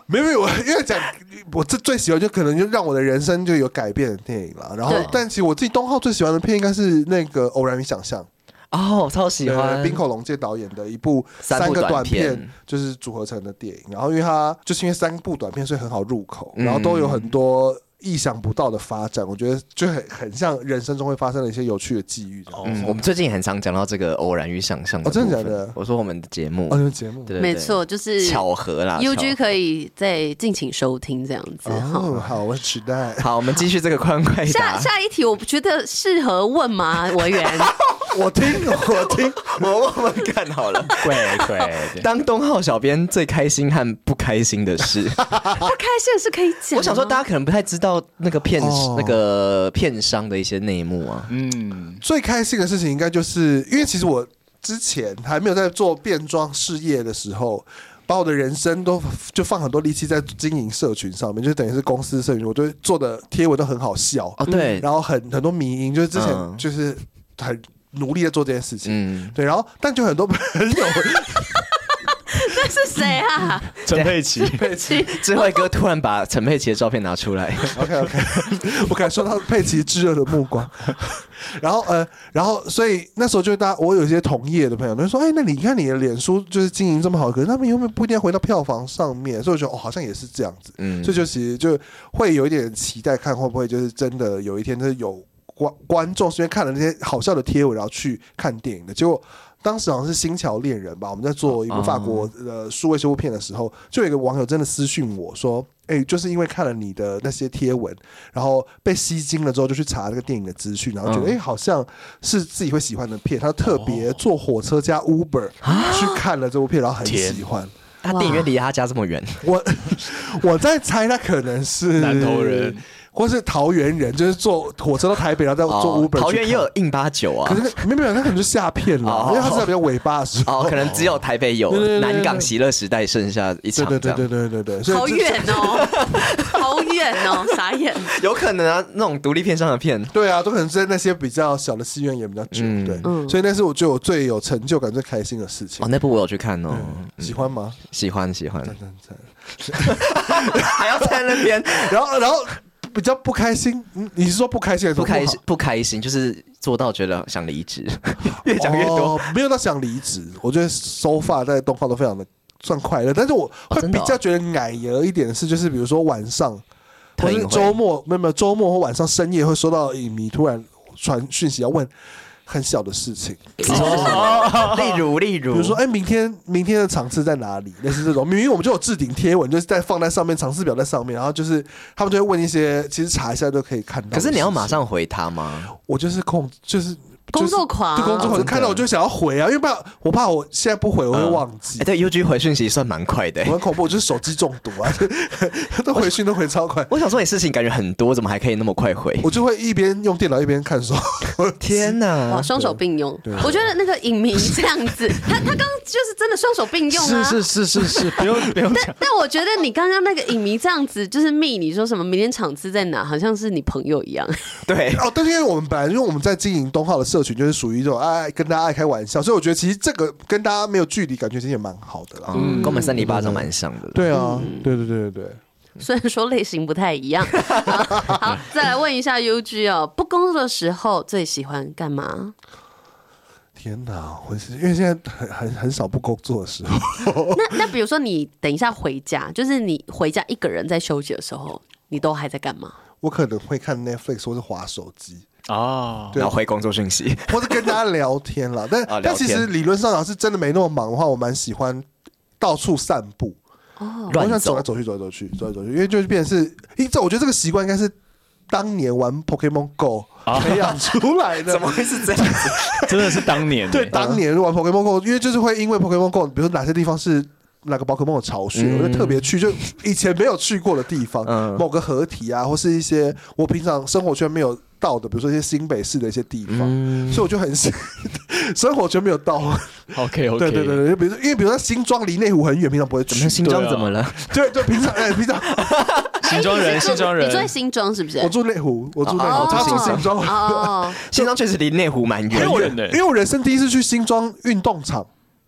没有没有，因为讲我这最喜欢就可能就让我的人生就有改变的电影了。然后，但其实我自己东浩最喜欢的片应该是那个《偶然与想象》。 哦，超喜欢滨口龙介导演的一部三个短片，就是组合成的电影。然后，因为它就是因为三部短片，所以很好入口，然后都有很多意想不到的发展，我觉得就很很像人生中会发生的一些有趣的际遇。 嗯，我们最近也很常讲到这个偶然与想象的。 哦，真的假的？ 我说我们的节目， 哦，节目， 对， 没错，就是巧合啦。 U G 可以再敬请收听这样子。 哦，好，我期待。 好，我们继续这个快问快答。 下下一题，我觉得适合问吗？委员， 我听，我听， 我问问看好了。 对对， 当东浩小编最开心和不开心的事， 他开心的是可以讲。 我想说，大家可能不太知道那个片。哦、那个片商的一些内幕啊， 嗯，最开心的事情应该就是因为其实我之前还没有在做变装事业的时候，把我的人生都就放很多力气在经营社群上面，就等于是公司社群，我对做的贴文都很好笑哦，对， 然后很很多迷因，就是之前就是很努力在做这件事情，嗯，对，然后但就很多朋友。 那是谁啊？ 陈佩琪， 佩琪， 智慧哥突然把陈佩琪的照片拿出来。 OK OK， 我感受到佩琪炙热的目光。然后呃，然后所以那时候就大家，我有一些同业的朋友就说：“哎，那你看你的脸书就是经营这么好，可是他们有没有不一定要回到票房上面？”所以我觉得哦，好像也是这样子。嗯，所以就其实就会有一点期待，看会不会就是真的有一天就是有观观众是因为看了那些好笑的贴文，然后去看电影的。结果。当时好像是《星桥恋人》吧，我们在做一部法国的数位修复片的时候，就有一个网友真的私讯我说：“哎、欸，就是因为看了你的那些贴文，然后被吸睛了之后，就去查这个电影的资讯，然后觉得哎、欸，好像是自己会喜欢的片。”他特别坐火车加 Uber 去看了这部片，然后很喜欢。 他电影院离他家这么远， 我我在猜他可能是南投人。 或是桃园人，就是坐火车到台北，然后再坐 Uber、哦。 桃园也有印八九啊， 可是没有没有，他可能就下片了，哦、因为他是在比较尾巴的时候。 哦，可能只有台北有，对对对对，南港喜乐时代剩下一场这样。 对对对对对对， 好远哦，好远哦，傻眼。 有可能啊，那种独立片上的片， 对啊，都可能是在那些比较小的戏院演比较久，嗯、对，嗯、所以那是我觉得我最有成就感、最开心的事情。 哦，那部我有去看哦， 嗯、喜欢吗？ 喜欢喜欢， 赞赞赞， 还要在那边， 然后然后。比较不开心，你是说不开心还是不, 不开心？不开心就是做到觉得想离职，越讲越多、 哦，没有到想离职。我觉得so far在东浩都非常的算快乐，但是我会比较觉得矮油一点的是，就是比如说晚上或是周末，没有没有周末或晚上深夜会收到影迷突然传讯息要问。很小的事情， 哦、例如例如， 比如说，哎、欸，明天明天的场次在哪里？类似这种，明明我们就有置顶贴文，就是在放在上面，场次表在上面，然后就是他们就会问一些，其实查一下都可以看到。 可是你要马上回他吗？ 我就是控，就是。 工作狂， 就工作狂， 哦、 看到我就想要回啊，因为怕我怕我现在不回我会忘记。 哎、嗯欸，对 ，U G 回讯息算蛮快的、欸， 我很恐怖，我就是手机中毒啊，都回讯都回超快。 我想说你事情感觉很多，怎么还可以那么快回？ 我就会一边用电脑一边看手。 天哪， 哇，双手并用。我觉得那个影迷这样子，他他刚就是真的双手并用啊， 是是是是是，不用不用讲。 但但我觉得你刚刚那个影迷这样子，就是密你说什么明天场次在哪，好像是你朋友一样。 对哦，但是因为我们本来因为我们在经营东浩的社群，就是属于这种。爱跟大家爱开玩笑，所以我觉得其实这个跟大家没有距离，感觉其实也蛮好的啦。 嗯，跟我们三里巴掌蛮像的。 对啊，嗯、对对对对对。 虽然说类型不太一样。好, 好，再来问一下 U G 哦，不工作的时候最喜欢干嘛？ 天哪，我是因为现在很很很少不工作的时候。 那那比如说你等一下回家，就是你回家一个人在休息的时候，你都还在干嘛？ 我可能会看 Netflix 或是滑手机。 哦，然后回工作讯息， 或者跟大家聊天啦。但、哦、但其实理论上是真的没那么忙的话，我蛮喜欢到处散步。哦，我想走来走去，走来走去，走来走去，因为就是变成是，因为这我觉得这个习惯应该是当年玩 Pokemon Go 培养出来的。 怎么会是这样子？ 真的是当年对，当年玩 Pokemon Go， 因为就是会因为 Pokemon Go， 比如说哪些地方是。那个宝可梦的巢穴，嗯、我就特别去，就以前没有去过的地方，嗯、某个河体啊，或是一些我平常生活圈没有到的，比如说一些新北市的一些地方，嗯、所以我就很生活圈没有到。 OK OK， 对对对对，比如说因为比如说新庄离内湖很远，平常不会去。 新庄怎么了？ 对对，平常哎平常。 新庄人，新庄人，你住在新庄是不是？ 我住内湖，我住内湖，他住新庄。哦， 新庄确实离内湖蛮远。 因为我因为我人生第一次去新庄运动场。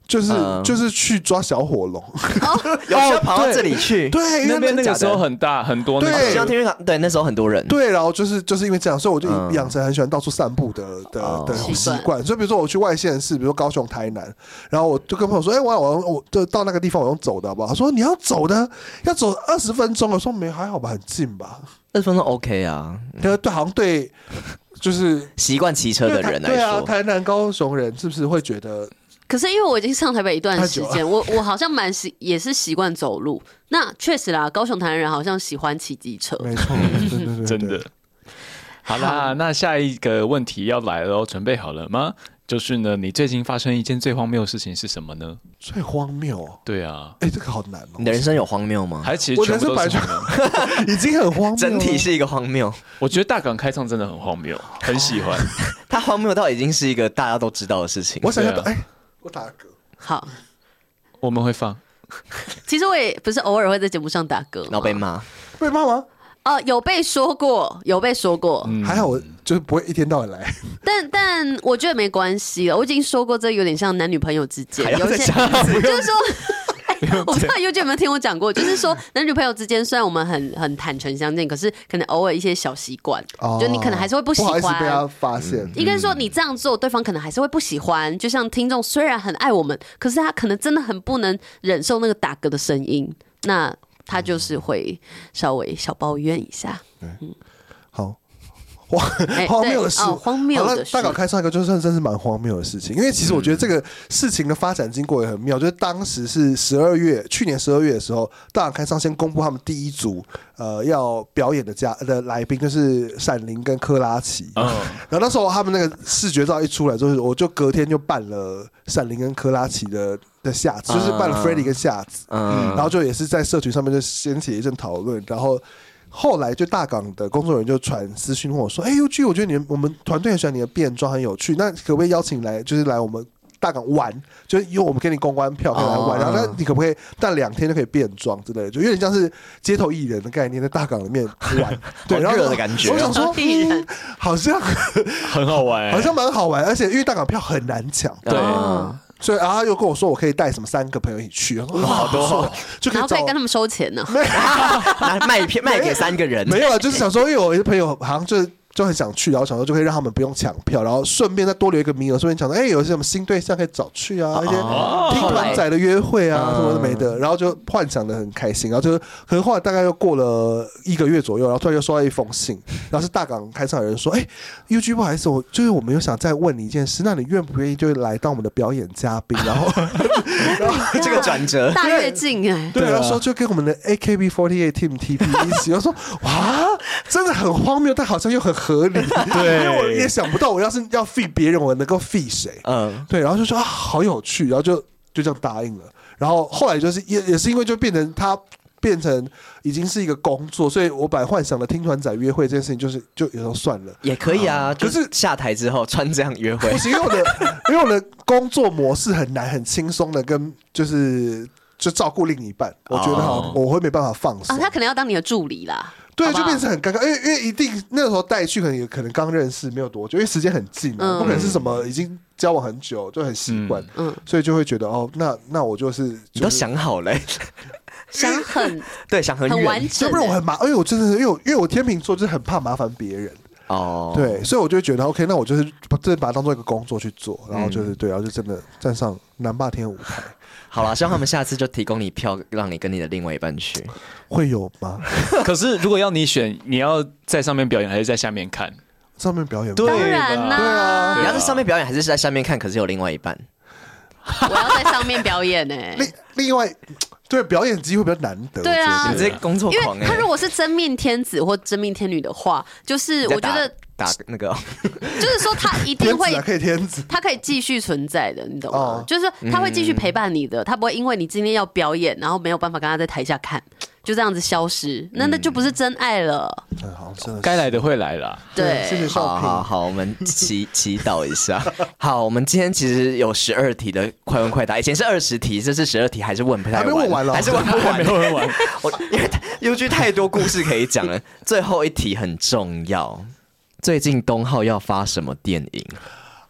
就是、嗯、就是去抓小火龙， 哦、有需要跑到这里去？ 对， 那边那个时候很大很多、那個， 对， 中央体育场，对，那时候很多人， 对，然后就是就是因为这样，所以我就养成很喜欢到处散步的的、嗯、的习惯。所以比如说我去外县市，比如说高雄、台南，然后我就跟朋友说，哎、欸，我我我就到那个地方，我用走的好不好？他说你要走的，要走二十分钟。我说没还好吧，很近吧， 二十分钟 OK 啊。 对对，好像对，就是习惯骑车的人来说， 对啊，台南、高雄人是不是会觉得？ 可是因为我已经上台北一段时间，我我好像蛮习也是习惯走路。那确实啦，高雄台南人好像喜欢骑机车， 没错，对对对， 真的。好啦，那下一个问题要来了，准备好了吗？就是呢，你最近发生一件最荒谬的事情是什么呢？ 最荒谬？ 对啊， 哎、欸，这个好难哦。 你的人生有荒谬吗？ 还其实全部都是荒谬，已经很荒谬， 整体是一个荒谬。 我觉得大港开唱真的很荒谬，很喜欢。 它荒谬到已经是一个大家都知道的事情。 我想要，哎、啊。欸我打嗝， 好， 我们会放。 其实我也不是偶尔会在节目上打嗝， 然后被骂， 被骂吗？ 哦、呃，有被说过，有被说过， 嗯、还好我就是不会一天到晚来。 但但我觉得没关系了，我已经说过，这有点像男女朋友之间，有些就是说。我不知道优姐有没有听我讲过，就是说男女朋友之间，虽然我们很很坦诚相见，可是可能偶尔一些小习惯，哦、就你可能还是会不喜欢， 不好意思被他发现。嗯、 应该说你这样做，对方可能还是会不喜欢。就像听众虽然很爱我们，可是他可能真的很不能忍受那个打嗝的声音，那他就是会稍微小抱怨一下。嗯， 好。荒荒谬的事， 欸哦、荒谬的事。 大港开唱一个，就算真是蛮荒谬的事情。因为其实我觉得这个事情的发展经过也很妙，就是当时是十二月，去年十二月的时候，大港开唱先公布他们第一组呃要表演的嘉的来宾，就是闪灵跟珂拉琪。嗯、然后那时候他们那个视觉照一出来，就是我就隔天就办了闪灵跟珂拉琪的的下子，就是办了 Freddie 跟下子，嗯、然后就也是在社群上面就掀起一阵讨论，然后。后来就大港的工作人员就传私讯问我说：“哎、欸、，U G， 我觉得你我们团队很喜欢你的变装，很有趣，那可不可以邀请来，就是来我们大港玩？就是因为我们给你公关票可以来玩， oh, 然后那你可不可以但两天就可以变装之类的，就有点像是街头艺人的概念，在大港里面玩，对，然后热的感觉。我想说，嗯、好像很好玩、欸， 好像蛮好玩，而且因为大港票很难抢， 对。 Oh.所以，然后他又跟我说，我可以带什么三个朋友一起去，然后好多， 就可以找，然后可以跟他们收钱呢， 卖片卖给三个人， 没有啊，就是想说，因为我一个朋友好像就是就很想去，然后想说就可以让他们不用抢票，然后顺便再多留一个名额，顺便想说，哎、欸，有些什么新对象可以找去啊，一些听团仔的约会啊，什么都没的，然后就幻想的很开心，然后就可能后来大概又过了一个月左右，然后突然又收到一封信，然后是大港开唱的人说，哎、欸、，U G 不好意思，我就是我们又想再问你一件事，那你愿不愿意就来当我们的表演嘉宾？然后， 然后这个转折大跃进哎， 对，然后说就跟我们的 A K B 四十八 Team T P 一起，我说哇，真的很荒谬，但好像又很合理。 对， 因为我也想不到，我要是要 feed 别人，我能够 feed 谁？嗯，对，然后就说啊，好有趣，然后就就这样答应了。然后后来就是也也是因为就变成他变成已经是一个工作，所以我本来幻想的听团仔约会这件事情，就是就有时候算了， 也可以啊。 可是下台之后穿这样约会， 不行，因为我的因为我的工作模式很难很轻松的跟就是就照顾另一半，我觉得好，我会没办法放手啊。他可能要当你的助理啦。 对，就变成很尴尬，因为因为一定那个时候带去可能也可能刚认识没有多久，因为时间很近、啊嗯，不可能是什么已经交往很久就很习惯，嗯，所以就会觉得哦，那那我就是、就是、 你都想好了、欸， 想很对，想很很完整， 要不然我很麻，因为我真的是因为我因为我天秤座就是很怕麻烦别人。哦，对，所以我就觉得 OK， 那我就是真的把它当做一个工作去做，然后就是、嗯、对，然后就真的站上南霸天舞台。 好啦，希望他们下次就提供你票，让你跟你的另外一半去。 会有吗？ 可是如果要你选，你要在上面表演还是在下面看？ 上面表演， 当然啦、啊， 对啊， 你要在上面表演还是在下面看？可是有另外一半， 我要在上面表演呢、欸。 另另外。对，表演机会比较难得。 对啊， 你这工作狂、欸、 因为他如果是真命天子或真命天女的话，就是我觉得打那个、哦， 就是说他一定会天子、啊、可以天子， 他可以继续存在的，你懂吗？哦、就是说他会继续陪伴你的，他不会因为你今天要表演，然后没有办法跟他在台下看，就这样子消失，那那就不是真爱了。 嗯，好，真的该来的会来啦。 对， 谢谢少平。 好好好，我们祈祈祷一下。好，我们今天其实有十二题的快问快答，以前是二十题，这是十二题，还是问不太完， 还没问完了， 还是问不完， 没有问完。 我因为 U G 太多故事可以讲了。最后一题很重要，最近东浩要发什么电影？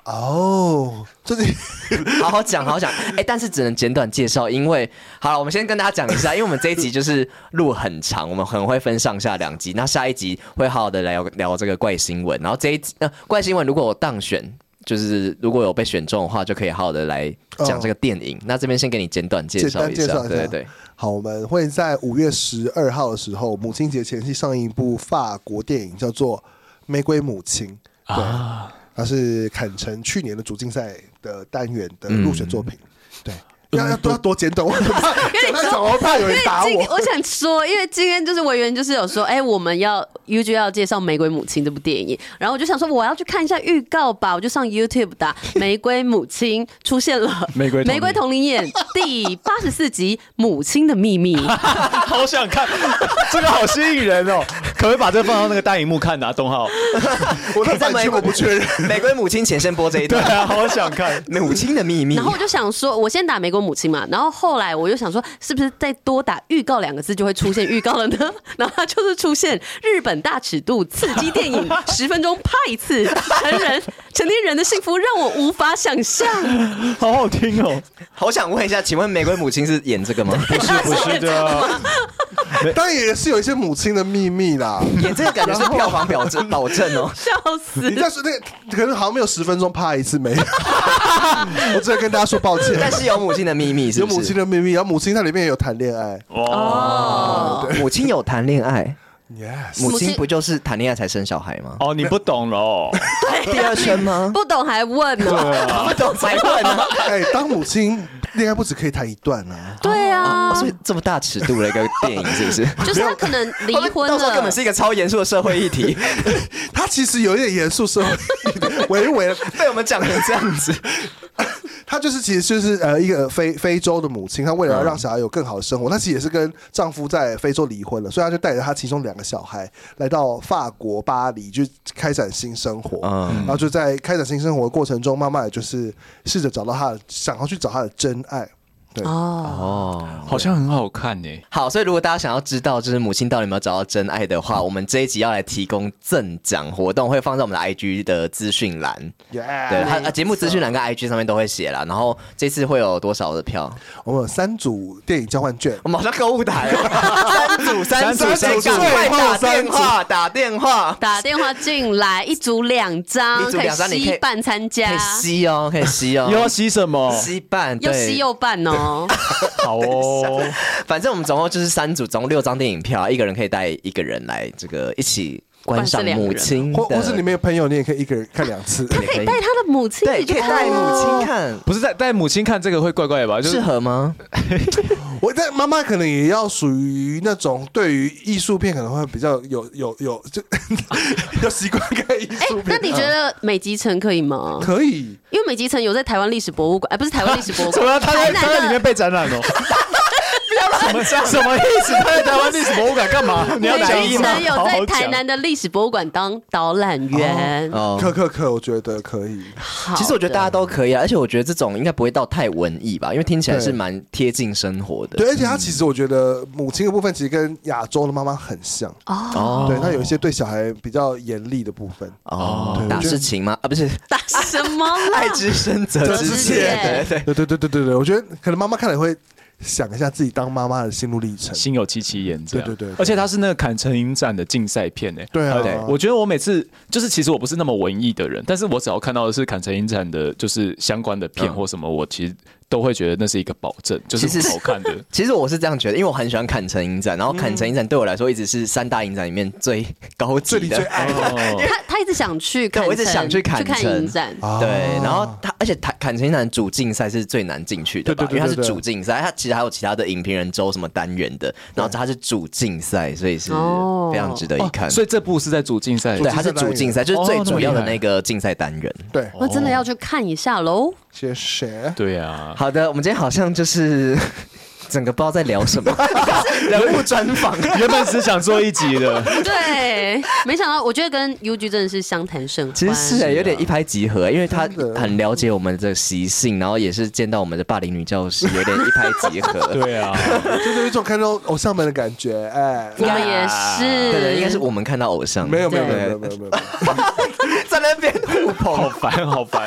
哦，这里好好讲，好好讲。哎、欸，但是只能简短介绍，因为好了，我们先跟大家讲一下，因为我们这一集就是录很长，我们可能会分上下两集。那下一集会好好的聊聊这个怪新闻，然后这一集、呃、怪新闻如果我当选，就是如果有被选中的话，就可以好好的来讲这个电影。哦、那这边先给你简短介绍一下，对对对。 好，我们会在五月十二号的时候，母亲节前夕上映一部法国电影，叫做《玫瑰母亲》。对。啊，它是坎城去年的主竞赛的单元的入选作品，嗯、对，要要多要多简短，我怕讲太长，我怕有人打我。 我想说，因为今天就是委员就是有说，哎、欸，我们要 U G 要介绍《玫瑰母亲》这部电影，然后我就想说，我要去看一下预告吧，我就上 YouTube 打《玫瑰母亲》，出现了玫瑰玫瑰童林演第八十四集《母亲的秘密》， 好想看，这个好吸引人哦。可不可以把这放到那个大荧幕看啊，东浩？ 我在版权我不确认。 玫瑰母亲前先播这一段， 对啊，好想看母亲的秘密。 然后我就想说，我先打玫瑰母亲嘛，然后后来我就想说，是不是再多打预告两个字就会出现预告了呢？然后它就是出现日本大尺度刺激电影，十分钟拍一次，成人成年人的幸福让我无法想象。 好好听哦！ 好想问一下，请问玫瑰母亲是演这个吗？ 不是，不是的。 当然也是有一些母亲的秘密啦， 演这个感觉是票房保证保证哦， 笑死！ 你再说那个可能好像没有十分钟拍一次没有，我只能跟大家说抱歉。 但是有母亲的秘密是不是， 有母亲的秘密，然后母亲它里面也有谈恋爱哦，母亲有谈恋爱。 Yes. 母亲不就是谈恋爱才生小孩吗？ 哦，你不懂了哦。 第二春吗？ 不懂还问呢、 哦啊，不懂才问呢、啊。 哎，当母亲恋爱不只可以谈一段啊。 对啊， 哦、所以这么大尺度的一个电影是不是？ 就是他可能离婚了， 到时候根本是一个超严肃的社会议题。 他其实有一点严肃社会议题，微微被我们讲成这样子。 她就是其实就是呃一个非非洲的母亲，她为了要让小孩有更好的生活，她其实也是跟丈夫在非洲离婚了，所以她就带着她其中两个小孩来到法国巴黎，就开展新生活。嗯，然后就在开展新生活的过程中，妈妈也就是试着找到她的，想要去找她的真爱。 哦， 好像很好看耶。 好，所以如果大家想要知道就是母亲到底有没有找到真爱的话，我们这一集要来提供赠奖活动，会放在我们的 I G 的资讯栏。 Yeah, 对，它节目资讯栏跟 I G 上面都会写啦。然后这次会有多少的票？ 我们有三组电影交换券， 我们好像购物台三组三组，先赶快打电话打电话打电话进来，一组两张， 一组两张， 可以吸半参加， 可以吸哦，可以吸哦。 又要吸什么？ 吸半， 又吸又半哦。 好哦， 反正我们总共就是三组，总共六张电影票，一个人可以带一个人来这个一起观赏母亲， 或或是你没有朋友，你也可以一个人看两次。 他可以带他的母亲， 对，可以带母亲看。 不是带带母亲看这个会怪怪的吧？ 适合吗？ 我但妈妈可能也要属于那种对于艺术片可能会比较有有有就有习惯看艺术片。 那你觉得美极城可以吗？ 可以， 因为美极城有在台湾历史博物馆，哎，不是台湾历史博物馆， 什么？他在他在里面被展览哦。什么什么意思？他在台湾历史博物馆干嘛？你要讲美极城有在台南的历史博物馆当导览员， 哦，可可可，我觉得可以。 其实我觉得大家都可以啊，而且我觉得这种应该不会到太文艺吧，因为听起来是蛮贴近生活的。 对，而且他其实我觉得母亲的部分其实跟亚洲的妈妈很像哦，对，他有一些对小孩比较严厉的部分哦，打是情吗？啊，不是打什么？ 爱之深责之切， 对对对对对对对，我觉得可能妈妈看了会想一下自己当妈妈的心路历程， 心有戚戚焉这样。 对对对， 而且它是那个坎城影展的竞赛片诶。 对啊， 对，我觉得我每次就是其实我不是那么文艺的人，但是我只要看到的是坎城影展的，就是相关的片或什么，我其实都会觉得那是一个保证，就是好看的。 其实我是这样觉得，因为我很喜欢坎城影展，然后坎城影展对我来说一直是三大影展里面最高级的， 最爱的。 他他一直想去坎城， 我一直想去坎城影展。 对，然后他而且坎城影展主竞赛是最难进去的吧，因为它是主竞赛，它其实还有其他的影评人周什么单元的，然后它是主竞赛，所以是非常值得一看。 所以这部是在主竞赛， 对，它是主竞赛，就是最主要的那个竞赛单元。 对， 我真的要去看一下喽。 谢谢。 对啊， 好的，我们今天好像就是整个不知道在聊什么人物专访， 原本是想做一集的， 对，没想到我觉得跟 U G 真的是相谈甚欢， 其实是哎、欸，有点一拍即合，因为他很了解我们的习性，然后也是见到我们的霸凌女教师，有点一拍即合。 对啊， 就是有一种看到偶像们的感觉，哎， 我们也是， 对对，应该是我们看到偶像， 没有没有没有没有没有， 在那边互捧， 好烦好烦。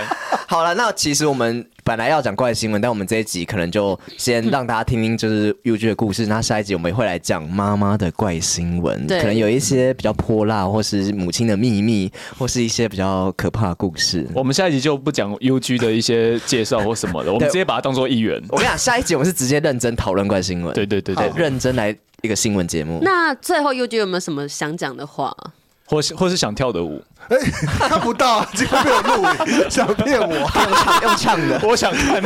好了，那其实我们本来要讲怪新闻，但我们这一集可能就先让大家听听就是 U G 的故事。那下一集我们会来讲妈妈的怪新闻，可能有一些比较泼辣，或是母亲的秘密，或是一些比较可怕的故事。 我们下一集就不讲 U G 的一些介绍或什么的，我们直接把它当做议员。 我跟你讲，下一集我们是直接认真讨论怪新闻， 对对对对， 认真来一个新闻节目。 那最后 U G 有没有什么想讲的话？ 或是或是想跳的舞， 哎、欸，看不到，今天没有录影，想骗我， 用唱用唱的， 我想看。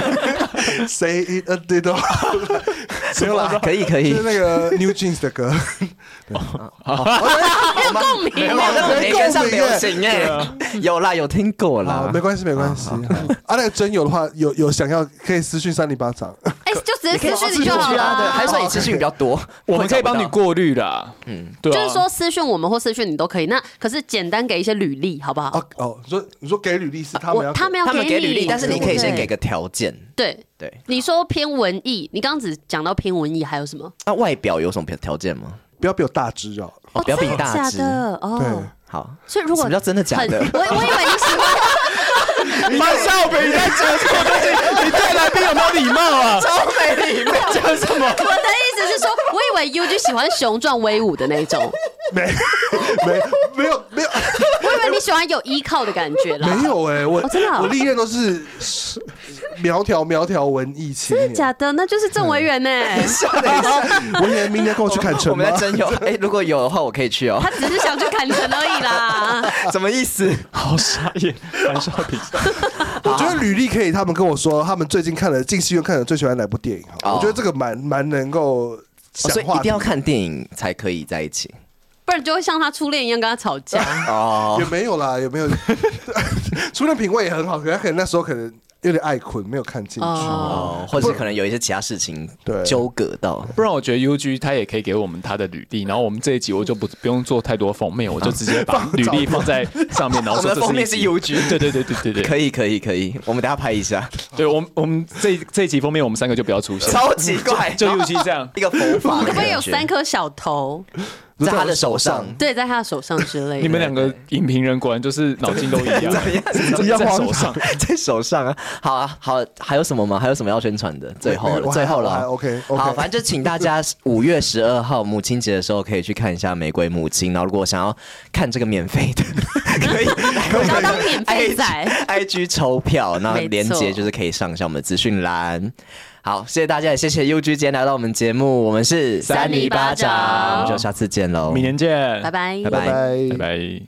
Say it a little， 没有啦， 可以可以， 就是那个 New Jeans 的歌， 有共鸣， 没跟上流行哎，有啦，有听过啦， 没关系没关系。啊，那个真有的话，有有想要可以私讯三零巴掌， 哎，就直接私讯你就好了， 对，还是说你私讯比较多， 我们可以帮你过滤啦，嗯，对， 就是说私讯我们或私讯你都可以。那可是简单给一些履历，好不好？ 哦哦，你说你说给履历是他们要他们要他们给履历，但是你可以先给个个条件。 对对， 你说偏文艺，你刚刚只讲到偏文艺，还有什么？ 那外表有什么条件吗？ 不要比我大只哦， 不要比你大只哦。 对， 好。 所以如果什么叫真的假的？ 我我以为你喜欢。 潘少平，你在讲什么东西？你对来宾有没有礼貌啊？ 超没礼貌， 讲什么？ 我的意思是说，我以为 U G 喜欢雄壮威武的那种。 没没没有没有， 我以为你喜欢有依靠的感觉啦。 没有哎、欸，我、 哦、真的、哦、 我历练都是苗条苗条文艺青年。 真的假的？那就是郑维元呢。 文元明年跟我去坎城吗？ 我们在征友，哎、欸，如果有的话，我可以去哦。 他只是想去坎城而已啦。 什么意思？ 好傻眼，潘少平。 我觉得履历可以，他们跟我说，他们最近看了进戏院看了最喜欢哪部电影。 哦、 我觉得这个蛮蛮能够想话题、 哦，所以一定要看电影才可以在一起。 不然就会像他初恋一样跟他吵架。 哦，也没有啦，也没有。初恋品味也很好，可是他可能那时候可能有点爱困，没有看进去， 哦，或者是可能有一些其他事情纠葛到。 不然我觉得 U G 他也可以给我们他的履历，然后我们这一集我就不不用做太多封面，我就直接把履历放在上面，然后说这是封面是 U G。 对对对对对对， 可以可以可以，我们等一下拍一下。 对，我们我们这这一集封面我们三个就不要出现， 超奇怪， 就 U G 这样一个佛法。 我们可不可以有三颗小头？ 在他的手上， 对，在他的手上之类的。 你们两个影评人果然就是脑筋都一样， 在手上， 在手上啊！好啊，好，还有什么吗？还有什么要宣传的？最后了，最后了 ，OK， 好，反正就请大家五月十二号母亲节的时候可以去看一下《玫瑰母亲》，然后如果想要看这个免费的，可以， 我要当免费仔 ，I G 抽票，那连结就是可以上一下我们的资讯栏。好，谢谢大家，也谢谢 U G 今天来到我们节目，我们是三里巴掌， 我们就下次见喽， 明年见， 拜拜， 拜拜， 拜拜。